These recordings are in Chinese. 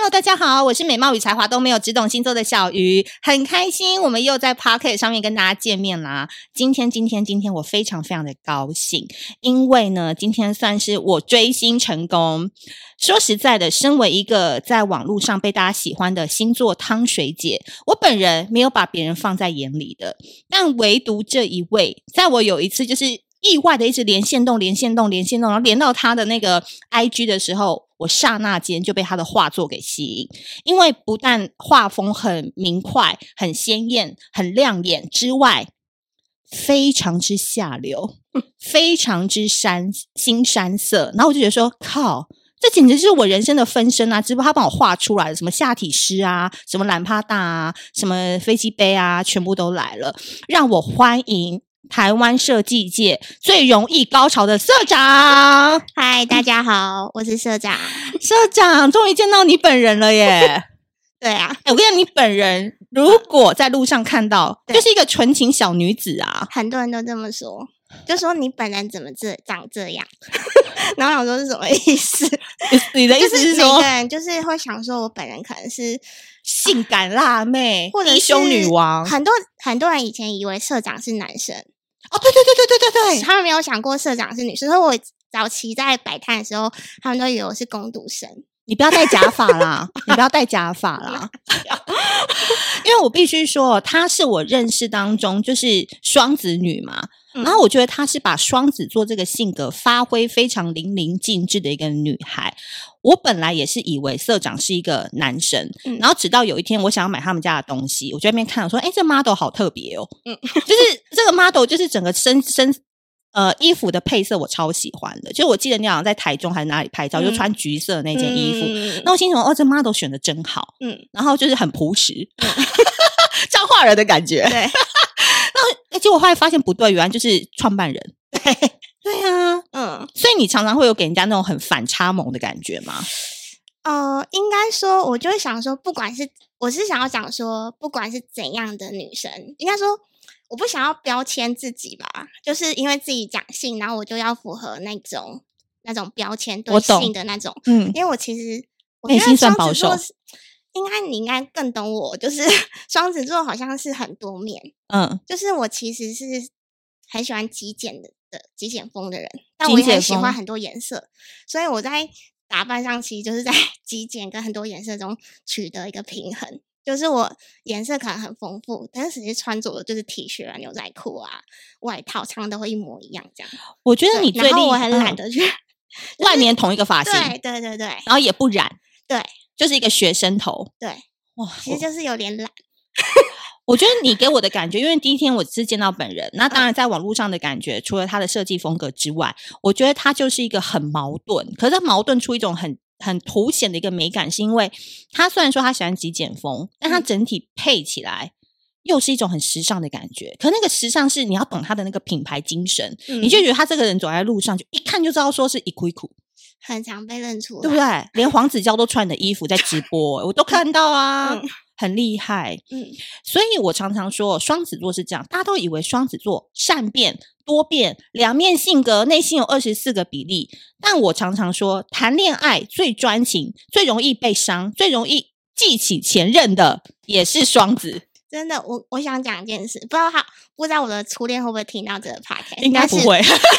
Hello， 大家好，我是美貌与才华都没有，只懂星座的小鱼，很开心我们又在 Podcast 上面跟大家见面啦。今天我非常的高兴，因为呢，今天算是我追星成功。说实在的，身为一个在网络上被大家喜欢的星座汤水姐，我本人没有把别人放在眼里的，但唯独这一位，在我有一次就是意外的一直连线动，然后连到他的那个 IG 的时候，我刹那间就被他的画作给吸引。因为不但画风很明快、很鲜艳、很亮眼之外，非常之下流，非常之新山色。然后我就觉得说，靠，这简直是我人生的分身啊！只不过他帮我画出来的，什么下体诗啊，什么懒趴大啊，什么飞机杯啊，全部都来了，让我欢迎台湾设计界最容易高潮的社长。 嗨，大家好，我是社长。 社长，终于见到你本人了耶！ 对啊， 我跟你讲，你本人如果在路上看到，就是一个纯情小女子啊。 很多人都这么说，就说你本人怎么长这样？然后我想说是什么意思？ 你的意思是说， 就是每个人就是会想说，我本人可能是性感辣妹， 或者是低胸女王。 很多人以前以为社长是男生。 哦，对， 他们没有想过社长是女生。所以我早期在摆摊的时候，他们都以为我是工读生。 你不要戴假发啦，你不要戴假发啦。因为我必须说，她是我认识当中就是双子女嘛。然后我觉得她是把双子座这个性格发挥非常淋漓尽致的一个女孩。我本来也是以为社长是一个男生，然后直到有一天我想要买他们家的东西，我就在那边看，我说这 model 好特别哦。就是这个 model 就是整个衣服的配色我超喜欢的，就我记得你好像在台中还是哪里拍照，就穿橘色的那件衣服。那我心想这 model 选的真好。然后就是很朴实，彰化人的感觉。 对。 那结果后来发现不对，原来就是创办人。对啊，所以你常常会有给人家那种很反差萌的感觉吗？ 应该说，我就会想说，我是想要讲说，不管是怎样的女生，应该说，我不想要标签自己吧，就是因为自己讲性，然后我就要符合那种标签对性的那种。因为我其实我觉得双子座你应该更懂我，就是双子座好像是很多面。就是我其实是很喜欢极简风的人，但我也很喜欢很多颜色，所以我在打扮上其实就是在极简跟很多颜色中取得一个平衡。就是我颜色可能很丰富，但是实际穿着的就是 T 恤啊、牛仔裤啊、外套，常常都会一模一样这样。 我觉得你最厉害， 然后我很懒得去万年同一个发型， 对， 然后也不染， 对， 就是一个学生头， 对，哇，其实就是有点懒。 我觉得你给我的感觉，因为第一天我是见到本人，那当然在网络上的感觉，除了他的设计风格之外，我觉得他就是一个很矛盾，可是他矛盾出一种很凸显的一个美感，是因为他虽然说他喜欢极简风，但他整体配起来又是一种很时尚的感觉。可那个时尚是你要懂他的那个品牌精神，你就觉得他这个人走在路上，就一看就知道说是一苦， 很常被认出来， 对不对？连黄子佼都穿你的衣服在直播，我都看到啊。很厉害。所以我常常说双子座是这样，大家都以为双子座善变多变，两面性格，内心有24个比例，但我常常说谈恋爱最专情，最容易被伤，最容易记起前任的也是双子。 真的，我想讲一件事，不知道我的初恋会不会听到这个 podcast， 应该不会。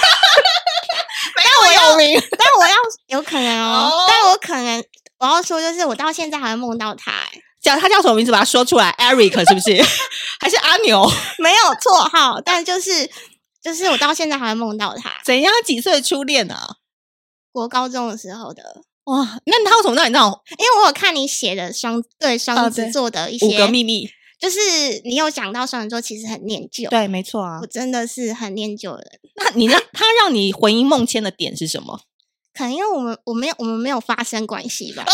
但我要有可能但我要说，就是我到现在还会梦到他。 他叫什么名字？把他说出来。Eric 是不是？还是阿牛？ 没有绰号，但就是我到现在还会梦到他。 怎样？几岁的初恋啊？ 国高中的时候的。 哇，那他为什么让你那种？ 因为我有看你写的双子座的一些 5个秘密， 就是你有讲到双子座其实很念旧。 对，没错啊， 我真的是很念旧的人。 那他让你魂萦梦牵的点是什么？ 可能因为我们没有发生关系吧。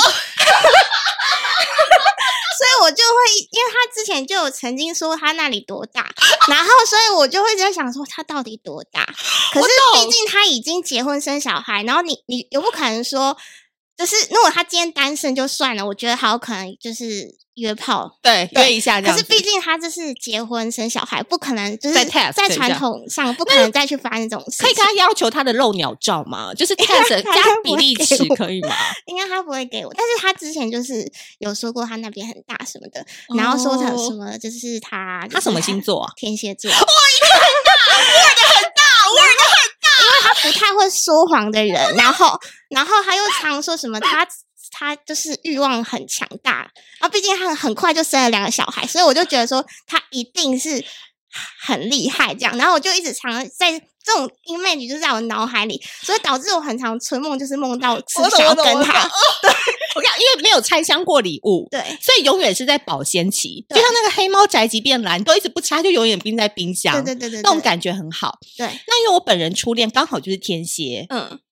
所以我就会，因为他之前就有曾经说他那里多大，然后所以我就会在想说他到底多大。可是毕竟他已经结婚生小孩，然后你又不可能说就是如果他今天单身就算了，我觉得还有可能就是约炮， 对，约一下这样子。 可是毕竟他这是结婚生小孩，不可能就是在传统上不可能再去发生这种事情。 可以跟他要求他的露鸟照吗？就是 test 加比例尺可以吗？ 应该他不会给我，但是他之前就是有说过他那边很大什么的，然后说他什么就是他什么星座啊？ 天蝎座。 哇，一个很大，我的很大，我的很大， 因为他不太会说谎的人，然后他又常说什么他就是欲望很强大，然后毕竟他很快就生了2个小孩，所以我就觉得说他一定是很厉害这样，然后我就一直常在这种 image 就在我脑海里，所以导致我很常春梦就是梦到是想要跟他。 对，我讲因为没有拆箱过礼物， 对， 所以永远是在保鲜期，就像那个黑猫宅急便蓝都一直不拆，就永远冰在冰箱， 对， 那种感觉很好。 对， 那因为我本人初恋刚好就是天蝎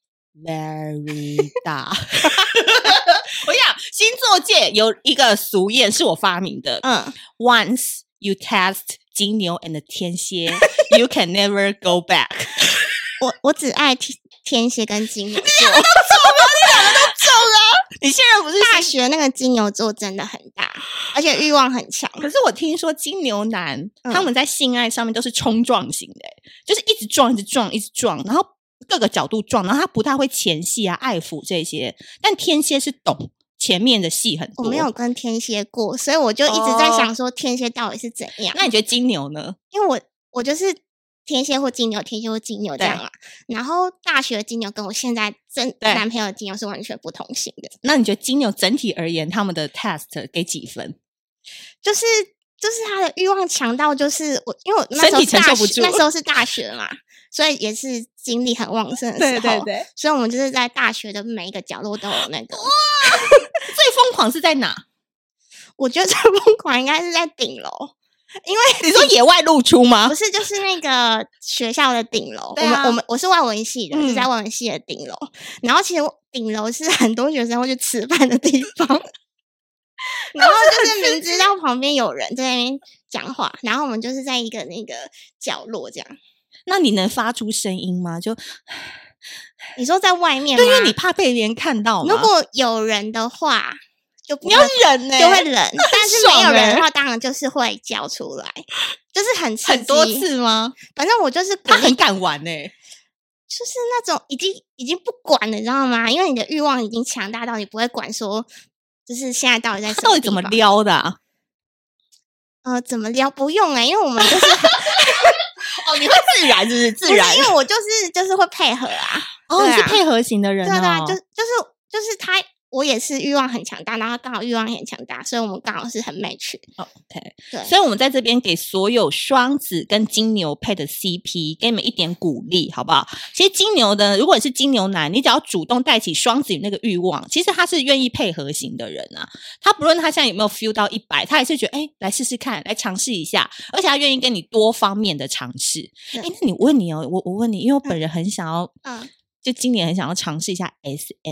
，very 大。我想星座界有一个俗谚是我发明的，Once you test 金牛 and 天蝎，you can never go back 我只爱天蝎跟金牛座。 你两个都中啊！你现在不是大学那个金牛座真的很大，而且欲望很强。 可是我听说金牛男他们在性爱上面都是冲撞型的，就是一直撞一直撞一直撞，然后各个角度撞，然后他不太会前戏啊爱抚这些，但天蝎是懂前面的戏很多。 我没有跟天蝎过，所以我就一直在想说天蝎到底是怎样。 那你觉得金牛呢？ 因为我就是天蝎或金牛，天蝎或金牛这样嘛。然后大学的金牛跟我现在男朋友的金牛是完全不同型的。 那你觉得金牛整体而言他们的 test 给几分？ 就是他的欲望强到就是因为我那时候身体承受不住， 那时候是大学嘛，所以也是精力很旺盛的时候。对，所以我们就是在大学的每一个角落都有那个。 最疯狂是在哪？ 我觉得最疯狂应该是在顶楼。因为你说野外露出吗？ 不是，就是那个学校的顶楼。我是外文系的，是在外文系的顶楼。然后其实顶楼是很多学生会去吃饭的地方。然后就是明知道旁边有人在那边讲话，然后我们就是在一个那个角落这样。 那你能发出声音吗？就你说在外面吗？ 对，因为你怕被别人看到嘛。 如果有人的话。 你要忍就会忍，但是没有人的话，当然就是会叫出来，就是很刺激。 很多次吗？ 反正我就是他很敢玩就是那种已经不管了，你知道吗？因为你的欲望已经强大到你不会管说，就是现在到底在什么地方， 到底怎么撩的啊？ 怎么撩？不用因为我们就是哦，你会自然是不是？自然， 因为我就是会配合啊。 哦，你是配合型的人对啊，就是他。我也是欲望很强大，然后他刚好欲望很强大，所以我们刚好是很 match。 OK， 对， 所以我们在这边给所有双子跟金牛配的 CP， 给你们一点鼓励，好不好？其实金牛的，如果你是金牛男，你只要主动带起双子那个欲望，其实他是愿意配合型的人啊。他不论他现在有没有 feel 到100，他还是觉得来试试看，来尝试一下，而且他愿意跟你多方面的尝试。那你问你我问你，因为我本人很想要，就今年很想要尝试一下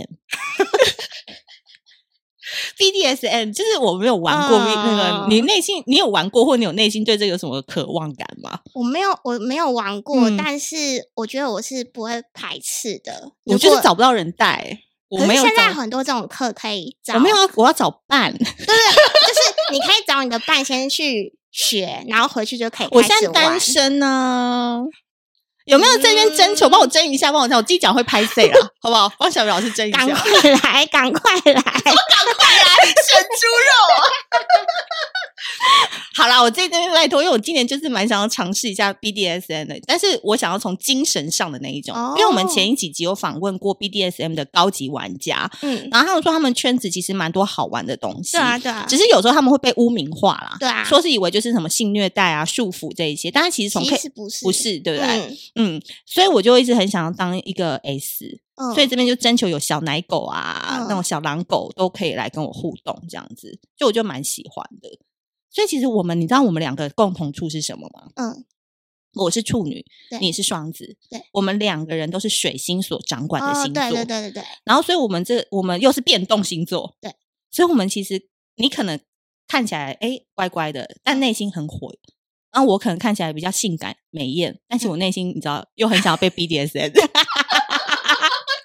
SM。BDSM 就是我没有玩过那个，你内心你有玩过，或你有内心对这个有什么渴望感吗？ 我没有玩过，但是我觉得我是不会排斥的。 我就是找不到人带，我没有。 现在很多这种课可以找， 我没有，我要找伴。对， 就是你可以找你的伴先去学，然后回去就可以开始玩。 我现在单身呢。有没有这边征求？帮我征一下，帮我看，我自己讲会拍谁啦，好不好？帮小雨老师征一下。 赶快来，赶快来，赶快来，生猪肉。好啦，我这边拜托，因为我今年就是蛮想要尝试一下 BDSM 的，但是我想要从精神上的那一种，因为我们前几集有访问过 BDSM 的高级玩家，然后他们说他们圈子其实蛮多好玩的东西， 对啊， 只是有时候他们会被污名化啦， 对啊， 说是以为就是什么性虐待啊、束缚这一些，但是其实不是，对不对？所以我就一直很想要当一个 S，所以这边就征求有小奶狗啊、那种小狼狗都可以来跟我互动，这样子，就我就蛮喜欢的。所以其实你知道我们两个共同处是什么吗？我是处女，你是双子， 对， 我们两个人都是水星所掌管的星座， 对。 然后所以我们又是变动星座， 对， 所以我们其实你可能看起来乖乖的，但内心很火。然后我可能看起来比较性感美艳，但是我内心你知道又很想要被 BDSM。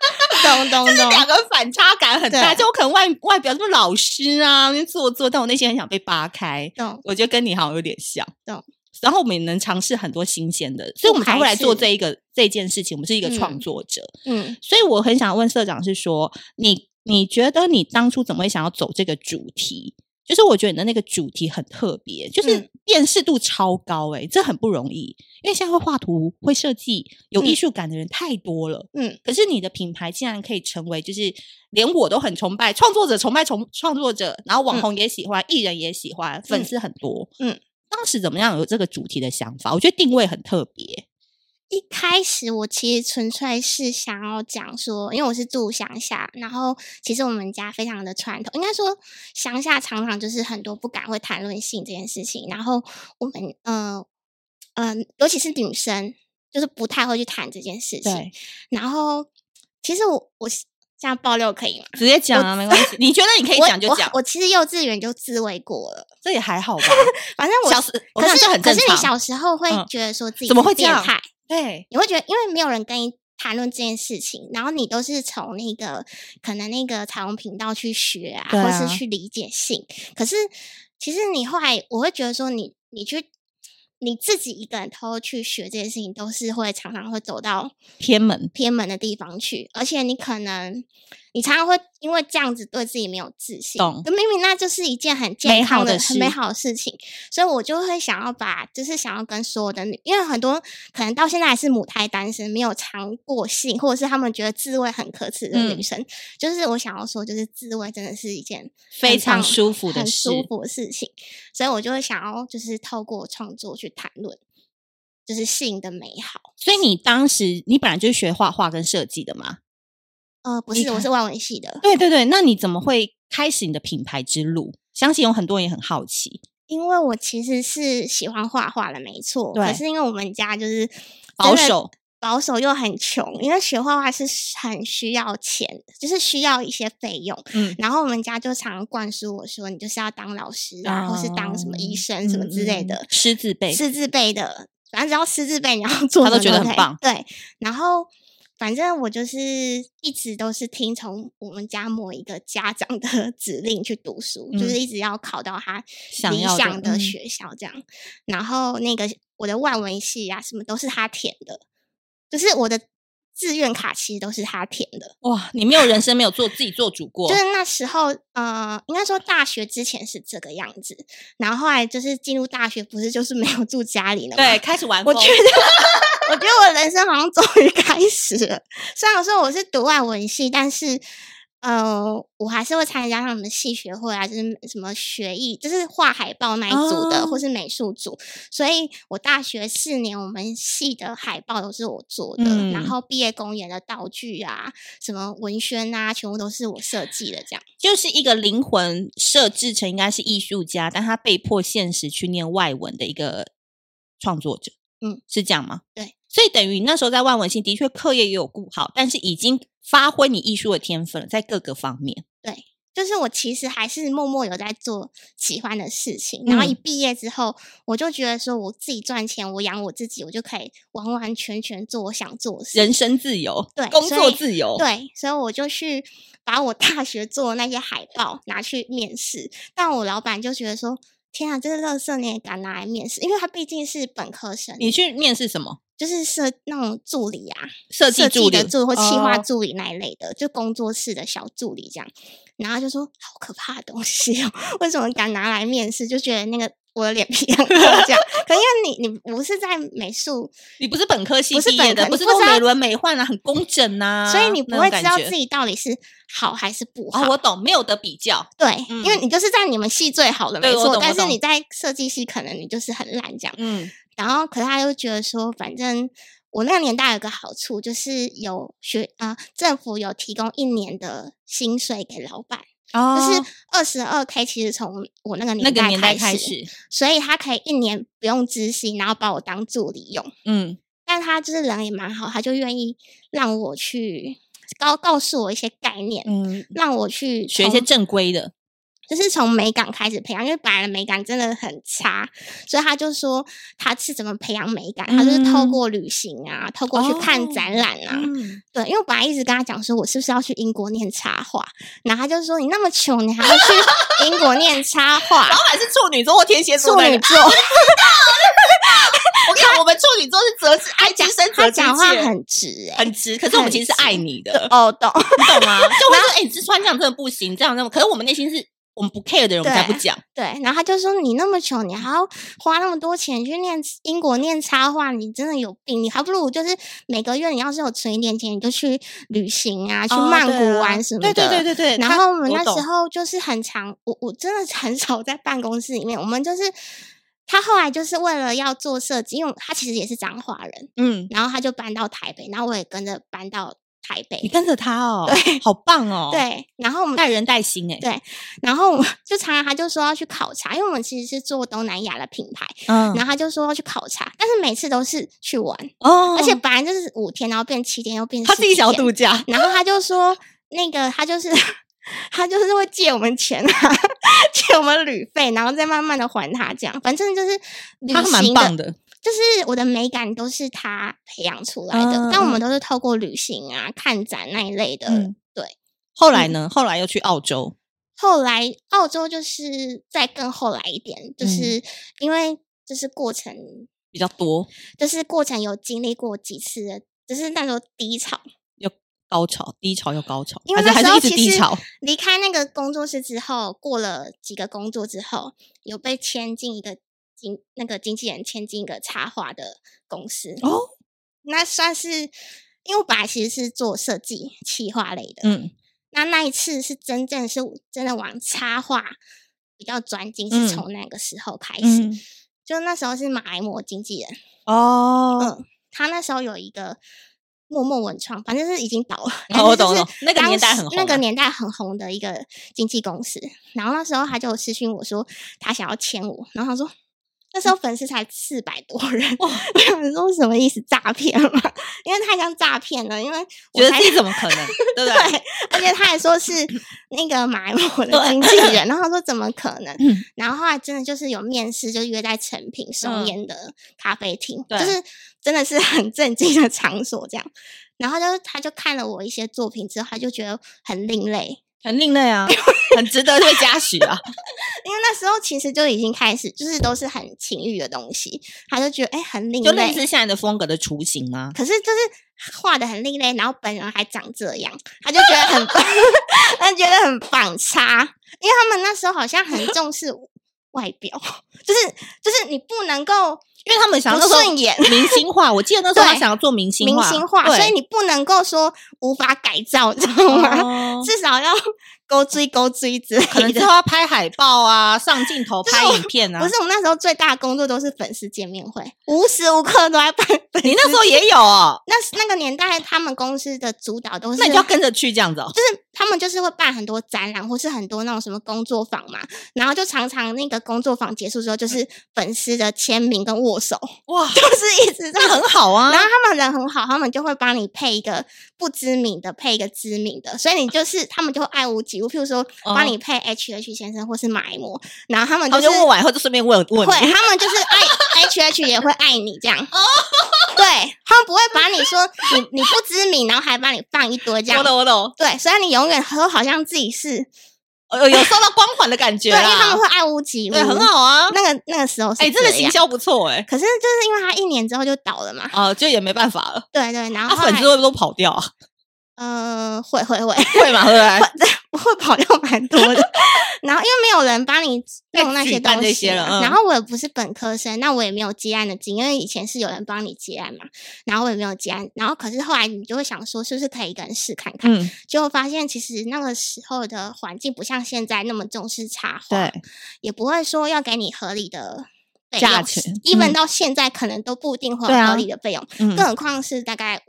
懂， 就是两个反差感很大。 对就我可能外表这么老实啊，那边做，但我内心很想被扒开。 懂， 我觉得跟你好像有点像。 懂。 然后我们也能尝试很多新鲜的，所以我们才会来做这件事情。我们是一个创作者，所以我很想问社长是说，你觉得你当初怎么会想要走这个主题？就是我觉得你的那个主题很特别，就是辨识度超高这很不容易，因为现在会画图、会设计、有艺术感的人太多了。可是你的品牌竟然可以成为，就是连我都很崇拜创作者，崇拜创作者，然后网红也喜欢，艺人也喜欢，粉丝很多。当时怎么样有这个主题的想法？我觉得定位很特别。 一开始我其实纯粹是想要讲说，因为我是住乡下，然后其实我们家非常的传统，应该说乡下常常就是很多不敢会谈论性这件事情，然后我们尤其是女生就是不太会去谈这件事情。然后其实我这样爆料可以吗？ 直接讲啊，没关系。你觉得你可以讲就讲。 我其实幼稚园就自慰过了， 这也还好吧。 反正可是你小时候会觉得说自己怎么会这样？ 变态， 对， 你会觉得因为没有人跟你谈论这件事情，然后你都是从那个可能那个彩虹频道去学啊，或是去理解性。可是其实你后来我会觉得说你自己一个人偷偷去学这件事情，都是会常常会走到偏门的地方去，而且你可能你常常会因为这样子对自己没有自信，明明那就是一件很健康的很美好的事情，所以我就会想要就是想要跟所有的因为很多可能到现在还是母胎单身，没有尝过性，或者是他们觉得自慰很可耻的女生，就是我想要说，就是自慰真的是一件非常舒服的很舒服的事情，所以我就会想要就是透过创作去谈论就是性的美好。 所以你当时你本来就是学画画跟设计的吗？ 不是，我是外文系的。 对，那你怎么会开始你的品牌之路？相信有很多人也很好奇。 因为我其实是喜欢画画的，没错。可是因为我们家就是保守又很穷，因为学画画是很需要钱，就是需要一些费用。然后我们家就常灌输我说，你就是要当老师啊，或是当什么医生什么之类的， 师字辈的，反正只要师字辈，你要做， 他都觉得很棒。 对，然后。反正我就是一直都是听从我们家某一个家长的指令去读书，就是一直要考到他理想的学校这样。然后那个我的外文系啊，什么都是他填的，就是我的志愿卡其实都是他填的。 哇，你没有人生没有自己做主过？ 就是那时候应该说大学之前是这个样子，然后后来就是进入大学，不是就是没有住家里了吗？ 对，开始玩疯。 我觉得我人生好像终于开始了。虽然说我是读外文系，但是我还是会参加他们的系学会啊，就是什么学艺，就是画海报那一组的，或是美术组。所以我大学4年，我们系的海报都是我做的，然后毕业公演的道具啊，什么文宣啊，全部都是我设计的。这样就是一个灵魂设置成应该是艺术家，但他被迫现实去念外文的一个创作者。是这样吗？ 对， 所以等于那时候在外文系的确课业也有顾好，但是已经发挥你艺术的天分了，在各个方面。 对，就是我其实还是默默有在做喜欢的事情，然后一毕业之后，我就觉得说我自己赚钱，我养我自己，我就可以完完全全做我想做的事， 人生自由， 对， 工作自由， 对，所以我就去把我大学做的那些海报拿去面试，但我老板就觉得说，天啊，这是垃圾，你也敢拿来面试？因为他毕竟是本科生。 你去面试什么？ 就是那种助理啊， 设计助理或企划助理那一类的，就工作室的小助理这样。然后就说好可怕的东西哦，为什么敢拿来面试？就觉得那个我的脸皮很厚这样。可因为你不是在美术， 你不是本科系毕业的，不是做美轮美奂啊，很工整啊， 所以你不会知道自己到底是好还是不好。 我懂，没有得比较。 对，因为你就是在你们系最好的没错，但是你在设计系可能你就是很烂这样。然后可是他又觉得说，反正我那个年代有个好处，就是有政府有提供1年的薪水给老板。就是22K，其实从我那个年代开始，所以他可以1年不用支薪，然后把我当助理用。但他就是人也蛮好，他就愿意让我去告诉我一些概念，让我去学一些正规的。 就是从美感开始培养，因为本来的美感真的很差，所以他就说他是怎么培养美感，他就是透过旅行啊，透过去看展览啊，对，因为我本来一直跟他讲说我是不是要去英国念插画，然后他就说你那么穷，你还要去英国念插画， 老板是处女座或天蝎座， 处女座。 我看我们处女座是爱之深责之切， 他讲话很直很直，可是我们其实是爱你的哦，懂你懂吗？就会说你这穿这样真的不行，这样可是我们内心是我们不 care 的人，我们才不讲。 对，然后他就说你那么穷，你还要花那么多钱去英国念插画，你真的有病，你还不如就是每个月你要是有存一点钱，你就去旅行啊，去曼谷玩什么的。对。然后我们那时候就是很常，我真的很少在办公室里面，我们就是他后来就是为了要做设计，因为他其实也是彰化人，然后他就搬到台北，然后我也跟着搬到台北。 你跟着他哦， 对， 好棒哦。 对，然后我们带人带心对，然后我们就常常他就说要去考察，因为我们其实是做东南亚的品牌，然后他就说要去考察，但是每次都是去玩而且本来就是5天，然后变7天，又变10天， 他自己想要度假， 然后他就说那个他就是会借我们钱啊，借我们旅费，然后再慢慢的还他，这样反正就是旅行的， 他蛮棒的。 就是我的美感都是他培养出来的，但我们都是透过旅行啊、看展那一类的。对。 后来呢？后来又去澳洲。 后来澳洲就是再更后来一点，就是因为就是过程比较多， 就是过程有经历过几次的，就是那时候低潮。 高潮，低潮又高潮， 因为那时候还是一直低潮。 离开那个工作室之后，过了几个工作之后，有被签进一个那个经纪人签进一个插画的公司那算是因为我本来其实是做设计企划类的，那一次是真的往插画比较专精，是从那个时候开始，就那时候是马来貘经纪人他那时候有一个。默默文创，反正是已经倒了。 我懂，那个年代很红， 那个年代很红的一个经纪公司。然后那时候他就私讯我说他想要签我，然后他说那时候粉丝才400多人，我想说什么意思？诈骗吗？因为太像诈骗了，因为我觉得自己怎么可能，对不对？ 对，而且他还说是那个马来貘的经纪人，然后他说怎么可能？然后后来真的就是有面试，就约在诚品松烟的咖啡厅，就是真的是很正经的场所这样。然后他就看了我一些作品之后，他就觉得很另类。 很另类啊，很值得被嘉许啊！ 因为那时候其实就已经开始，就是都是很情欲的东西，他就觉得很另类， 就类似现在的风格的雏形吗？ 可是就是画的很另类，然后本人还长这样，他就觉得很他觉得很反差，因为他们那时候好像很重视外表，就是你不能够。 因为他们想要顺眼明星化，我记得那时候他想要做明星化， 所以你不能够说无法改造，知道吗？至少要勾追之类的， 可能之后要拍海报啊，上镜头拍影片啊。 不是，我们那时候最大的工作都是粉丝见面会，无时无刻都在办。 你那时候也有哦？ 那个年代，他们公司的主导都是， 那你就要跟着去这样子哦。 就是他们就是会办很多展览，或是很多那种什么工作坊嘛，然后就常常那个工作坊结束之后，就是粉丝的签名跟握手，哇，就是一直在， 那很好啊。 然后他们人很好，他们就会帮你配一个不知名的，配一个知名的，所以你就是他们就会爱屋及乌，譬如说帮你配 HH 先生或是马来貘，然后他们就问完以后就顺便问会，他们就是爱 HH 也会爱你这样，对，他们不会把你说你不知名，然后还帮你放一堆这样， 我懂， 对，所以你永远都好像自己是。 有受到光环的感觉啦， 对，因为他们会爱屋及乌， 对，很好啊。 那个时候是这个行销不错可是就是因为他1年之后就倒了嘛， 就也没办法了。 对，然后粉丝会不会都跑掉啊？ 会嘛，会跑掉蛮多的。然后因为没有人帮你弄那些东西了，然后我也不是本科生，那我也没有接案的经验，因为以前是有人帮你接案嘛，然后我也没有接案，然后可是后来你就会想说是不是可以一个人试看看，结果发现其实那个时候的环境不像现在那么重视插画，对，也不会说要给你合理的价钱 ，even 到现在可能都不一定会有合理的费用，更何况是大概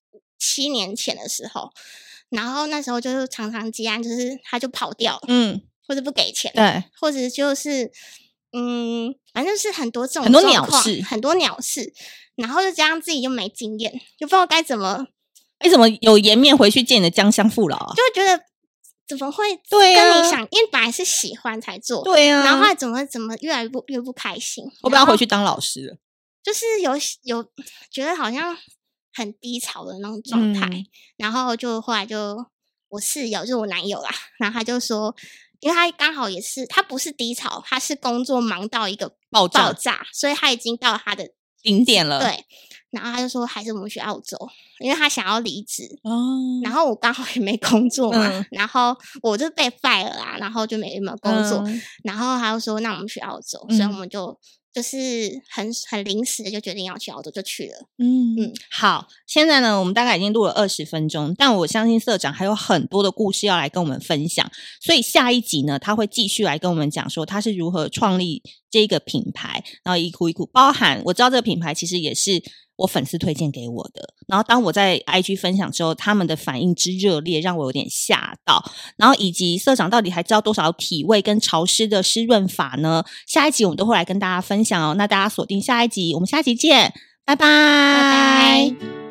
7年前的时候，然后那时候就是常常接案，就是他就跑掉了，或者不给钱， 对， 或者就是反正就是很多这种很多鸟事， 然后就加上自己就没经验，就不知道该怎么。 你怎么有颜面回去见你的江乡父老啊？ 就会觉得怎么会对啊跟你想，因为本来是喜欢才做， 对啊， 然后后来怎么越来越不开心， 我不要回去当老师了。 就是有觉得好像很低潮的那种状态，然后就后来就我室友就是我男友啦，然后他就说，因为他刚好也是他不是低潮，他是工作忙到一个爆炸，所以他已经到他的顶点了。 对，然后他就说还是我们去澳洲，因为他想要离职然后后我刚好也没工作嘛，然后我就被 fire 啦，然后就没工作，然后他就说那我们去澳洲，所以我们就是很临时的就决定要去澳洲，就去了。 好，现在呢我们大概已经录了20分钟，但我相信社长还有很多的故事要来跟我们分享，所以下一集呢他会继续来跟我们讲说他是如何创立这个品牌，然后一哭一哭，包含我知道这个品牌其实也是我粉丝推荐给我的，然后当我在 IG 分享之后，他们的反应之热烈让我有点吓到，然后以及社长到底还知道多少体味跟潮湿的湿润法呢？下一集我们都会来跟大家分享哦，那大家锁定下一集，我们下一集见，拜拜， 拜拜。